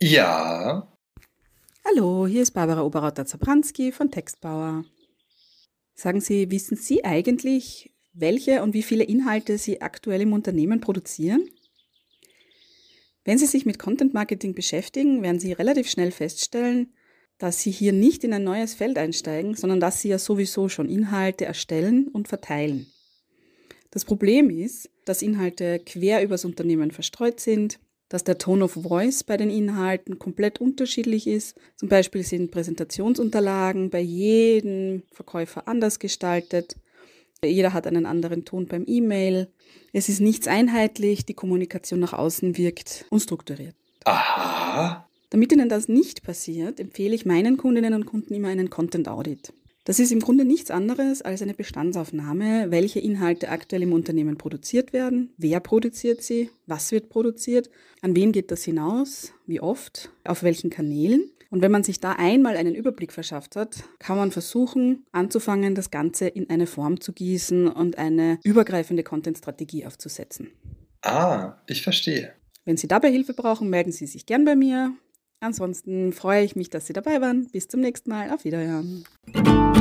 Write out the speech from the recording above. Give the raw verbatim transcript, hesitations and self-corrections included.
Ja, Hallo, hier ist Barbara Oberauter-Zabranski von Textbauer. Sagen Sie, wissen Sie eigentlich, welche und wie viele Inhalte Sie aktuell im Unternehmen produzieren? Wenn Sie sich mit Content Marketing beschäftigen, werden Sie relativ schnell feststellen, dass Sie hier nicht in ein neues Feld einsteigen, sondern dass Sie ja sowieso schon Inhalte erstellen und verteilen. Das Problem ist, dass Inhalte quer übers Unternehmen verstreut sind, dass der Tone of Voice bei den Inhalten komplett unterschiedlich ist. Zum Beispiel sind Präsentationsunterlagen bei jedem Verkäufer anders gestaltet. Jeder hat einen anderen Ton beim E-Mail. Es ist nichts einheitlich, die Kommunikation nach außen wirkt unstrukturiert. aha, Damit Ihnen das nicht passiert, empfehle ich meinen Kundinnen und Kunden immer einen Content Audit. Das ist im Grunde nichts anderes als eine Bestandsaufnahme, welche Inhalte aktuell im Unternehmen produziert werden, wer produziert sie, was wird produziert, an wen geht das hinaus, wie oft, auf welchen Kanälen. Und wenn man sich da einmal einen Überblick verschafft hat, kann man versuchen, anzufangen, das Ganze in eine Form zu gießen und eine übergreifende Content-Strategie aufzusetzen. ah, ich verstehe. Wenn Sie dabei Hilfe brauchen, melden Sie sich gern bei mir. Ansonsten freue ich mich, dass Sie dabei waren. Bis zum nächsten Mal. Auf Wiederhören.